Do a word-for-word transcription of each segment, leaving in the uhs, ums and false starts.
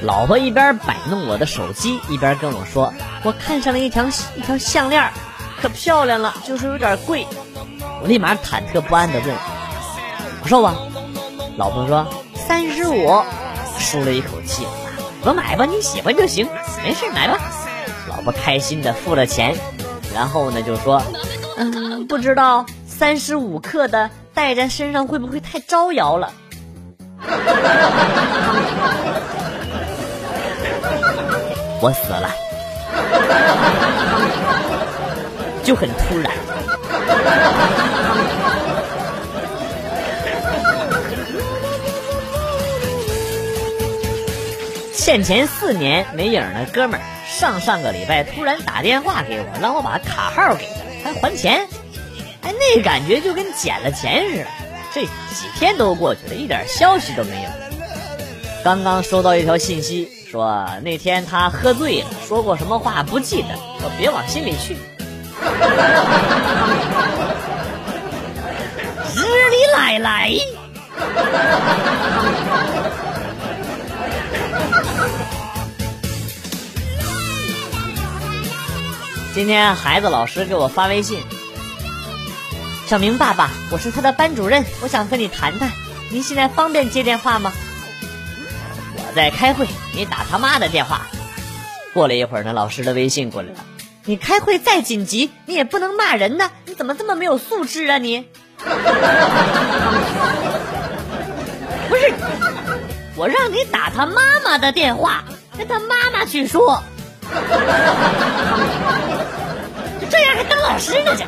老婆一边摆弄我的手机，一边跟我说，我看上了一条一条项链，可漂亮了，就是有点贵。我立马忐忑不安地问，多少啊？老婆说三十五。舒了一口气，我买吧，你喜欢就行，没事买吧。老婆开心地付了钱，然后呢就说，嗯，不知道三十五克的戴在身上会不会太招摇了？我死了，就很突然。欠钱四年没影的哥们儿，上上个礼拜突然打电话给我，让我把卡号给他，还还钱。哎，那感觉就跟捡了钱似的。这几天都过去了，一点消息都没有。刚刚收到一条信息，说那天他喝醉了，说过什么话不记得，我别往心里去。日里来来。今天孩子老师给我发微信，小明爸爸，我是他的班主任，我想和你谈谈，您现在方便接电话吗？我在开会，你打他妈的电话。过了一会儿呢，老师的微信过来了，你开会再紧急，你也不能骂人呢，你怎么这么没有素质啊你？不是，我让你打他妈妈的电话，跟他妈妈去说。就这样还当老师呢？这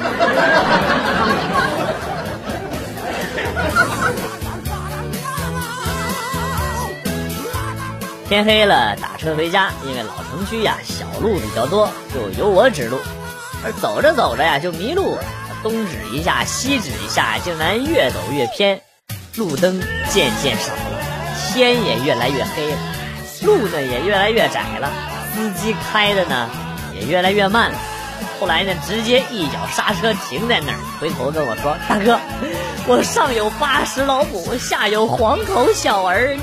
天黑了，打车回家，因为老城区呀小路比较多，就由我指路。而走着走着呀就迷路了，东指一下西指一下，竟然越走越偏，路灯渐渐少了，天也越来越黑了，路呢也越来越窄了，司机开的呢也越来越慢了。后来呢直接一脚刹车停在那儿，回头跟我说，大哥，我上有八十老母，下有黄口小儿。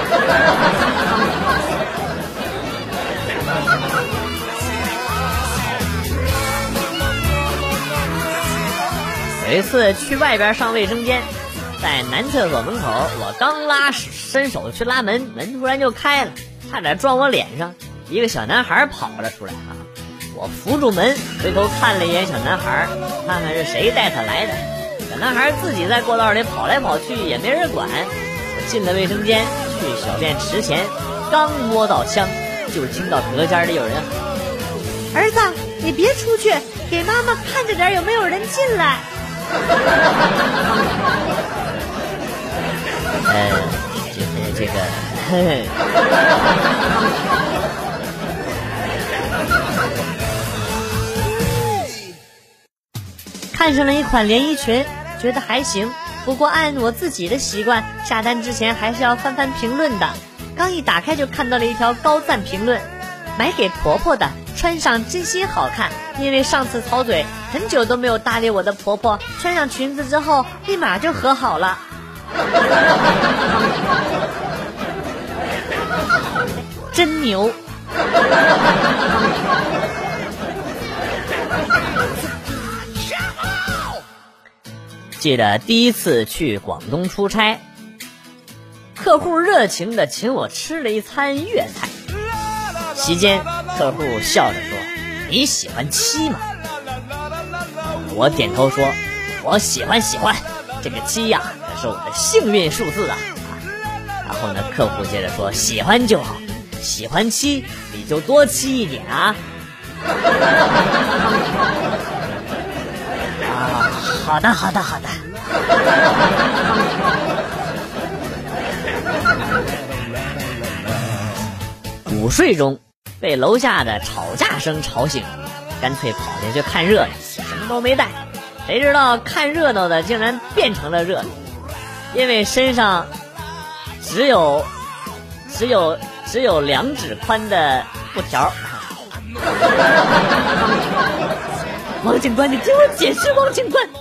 有一次去外边上卫生间，在男厕所门口，我刚拉伸手去拉门，门突然就开了，差点撞我脸上。一个小男孩跑了出来啊！我扶住门，回头看了一眼小男孩，看看是谁带他来的。小男孩自己在过道里跑来跑去，也没人管。我进了卫生间，去小便池前，刚摸到枪，就听到隔间里有人喊：“儿子，你别出去，给妈妈看着点有没有人进来。”呃，就是这个，呵呵。看上了一款连衣裙，觉得还行，不过按我自己的习惯，下单之前还是要翻翻评论的。刚一打开就看到了一条高赞评论：买给婆婆的，穿上真心好看。因为上次吵嘴，很久都没有搭理我的婆婆，穿上裙子之后立马就和好了。真牛。记得第一次去广东出差，客户热情地请我吃了一餐粤菜。席间客户笑着说：“你喜欢七吗？”我点头说：“我喜欢喜欢，这个七呀，可是我的幸运数字啊。”然后呢，客户接着说：“喜欢就好，喜欢七你就多七一点啊。”啊，好的好的好的。午睡中被楼下的吵架声吵醒，干脆跑进去看热闹，什么都没带。谁知道看热闹的竟然变成了热闹，因为身上只有只有只有两指宽的布条。王警官，你听我解释，王警官，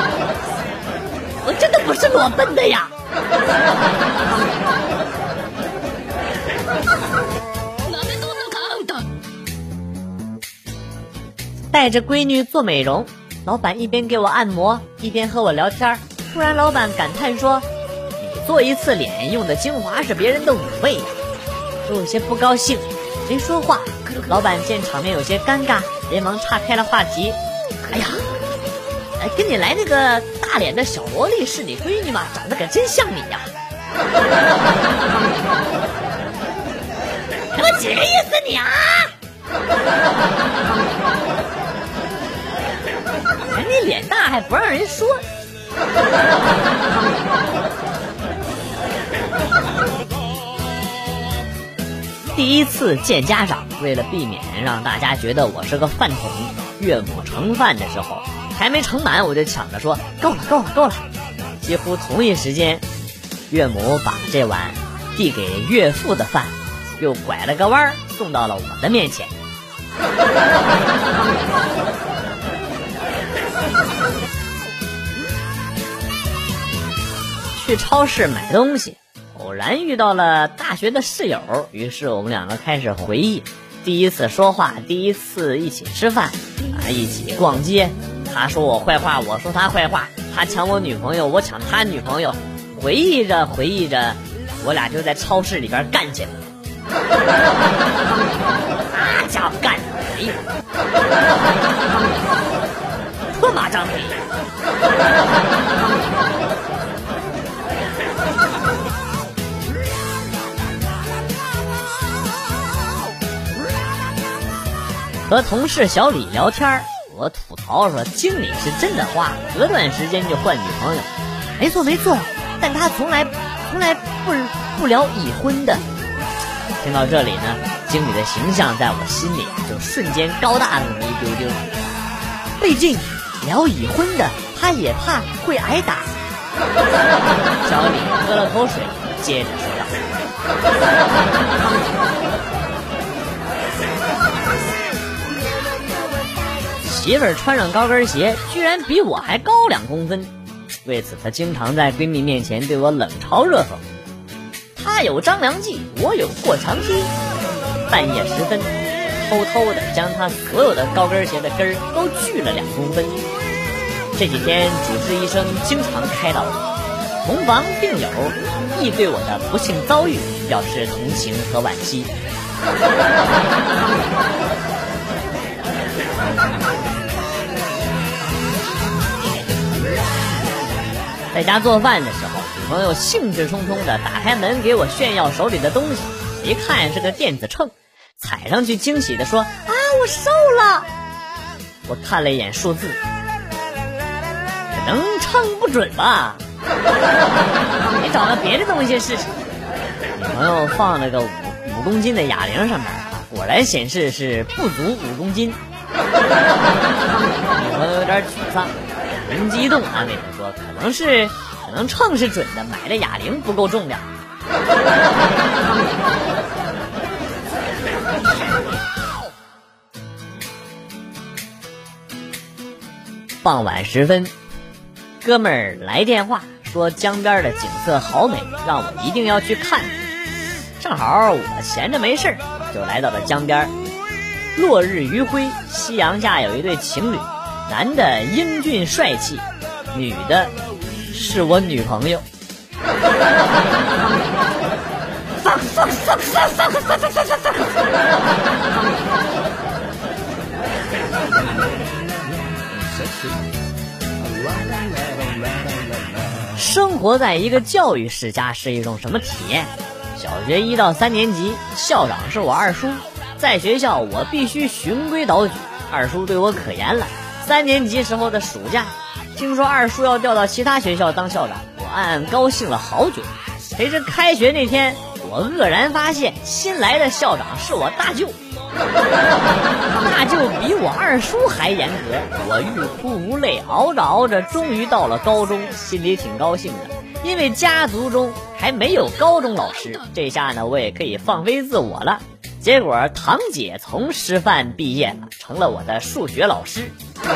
我真的不是裸奔的呀。 带着闺女做美容，老板一边给我按摩一边和我聊天。突然老板感叹说，你做一次脸用的精华是别人的五倍呀。我有些不高兴没说话，老板见场面有些尴尬，连忙岔开了话题。哎呀，跟你来那个大脸的小萝莉是你闺女吗？长得可真像你呀。我几个意思你啊？人家脸大还不让人说。第一次见家长，为了避免让大家觉得我是个饭桶，岳母盛饭的时候还没盛满，我就抢着说够了够了够了。几乎同一时间，岳母把这碗递给岳父的饭又拐了个弯送到了我的面前。去超市买东西，偶然遇到了大学的室友，于是我们两个开始回忆第一次说话，第一次一起吃饭啊，一起逛街，他说我坏话，我说他坏话，他抢我女朋友，我抢他女朋友。回忆着回忆着，我俩就在超市里边干起来了。那家伙干的，哎呀，特马张飞。和同事小李聊天，我吐槽说经理是真的花，隔段时间就换女朋友。没错没错，但他从来从来不不聊已婚的。听到这里呢，经理的形象在我心里就瞬间高大了那么一丢丢。毕竟聊已婚的，他也怕会挨打。小李喝了口水，接着说道：媳妇儿穿上高跟鞋，居然比我还高两公分。为此，她经常在闺蜜面前对我冷嘲热讽。她有张良计，我有过墙梯。半夜时分，偷偷的将她所有的高跟鞋的跟儿都锯了两公分。这几天，主治医生经常开导我，同房病友亦对我的不幸遭遇表示同情和惋惜。在家做饭的时候，女朋友兴致冲冲地打开门给我炫耀手里的东西，一看是个电子秤，踩上去惊喜地说：啊，我瘦了。我看了一眼数字，可能称不准吧。你找个别的东西试试。女朋友放了个五五公斤的哑铃上面，果然显示是不足五公斤。女朋友有点沮丧，灵机一动安慰他说：可能是可能秤是准的，买的哑铃不够重量。傍晚时分，哥们儿来电话说江边的景色好美，让我一定要去看。正好我闲着没事，就来到了江边。落日余晖，夕阳下有一对情侣，男的英俊帅气，女的是我女朋友。fuck fuck fuck fuck fuck fuck fuck fuck fuck。生活在一个教育世家是一种什么体验？小学一到三年级，校长是我二叔，在学校我必须循规蹈矩，二叔对我可严了。三年级时候的暑假，听说二叔要调到其他学校当校长，我暗暗高兴了好久。谁知开学那天，我愕然发现新来的校长是我大舅。大舅比我二叔还严格，我欲哭无泪，熬着熬着终于到了高中，心里挺高兴的，因为家族中还没有高中老师，这下呢我也可以放飞自我了。结果堂姐从师范毕业了，成了我的数学老师。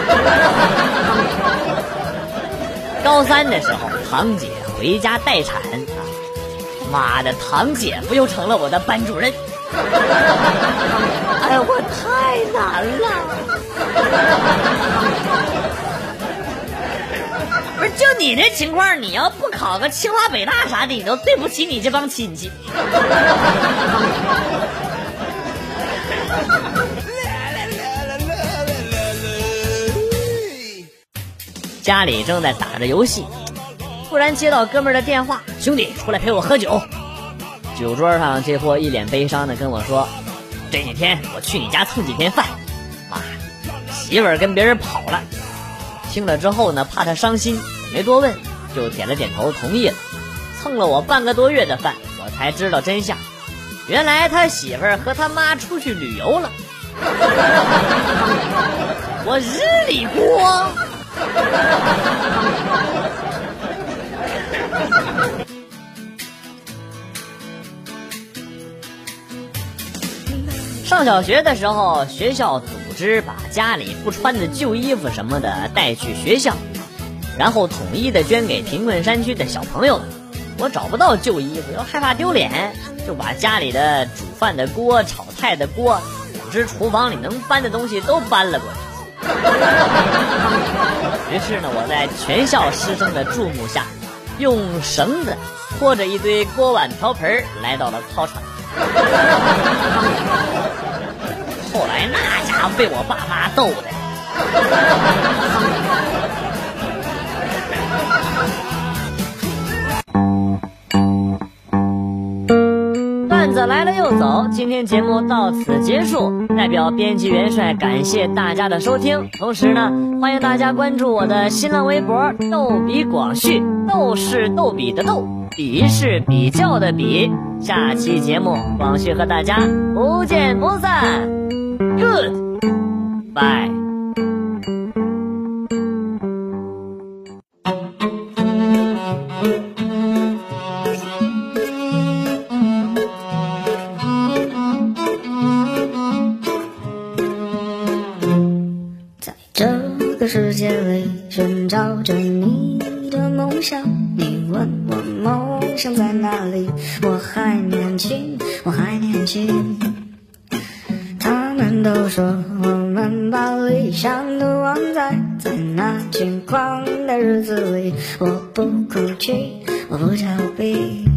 高三的时候，堂姐回家待产，妈的，堂姐夫又成了我的班主任。哎，我太难了。 不是，就你这情况，你要不考个清华北大啥的，你都对不起你这帮亲戚。家里正在打着游戏，突然接到哥们儿的电话，兄弟出来陪我喝酒。酒桌上这货一脸悲伤的跟我说，这几天我去你家蹭几天饭，妈，媳妇儿跟别人跑了。听了之后呢，怕他伤心，没多问，就点了点头同意了。蹭了我半个多月的饭，我才知道真相，原来他媳妇儿和他妈出去旅游了。我日你锅！上小学的时候，学校组织把家里不穿的旧衣服什么的带去学校，然后统一的捐给贫困山区的小朋友们。我找不到旧衣服，又害怕丢脸，就把家里的煮饭的锅、炒菜的锅，总之厨房里能搬的东西都搬了过去。于是呢，我在全校师生的注目下，用绳子拖着一堆锅碗瓢盆来到了操场。后来那家伙被我爸妈逗的。段子来了又走，今天节目到此结束，代表编辑元帅感谢大家的收听，同时呢，欢迎大家关注我的新浪微博逗比广旭，逗是逗比的逗，比是比较的比。下期节目广旭和大家不见不散。 Goodbye。 这个世界里寻找着你的梦想，你问我梦想在哪里，我还年轻，我还年轻。他们都说我们把理想都忘在在那轻狂的日子里，我不哭泣，我不逃避。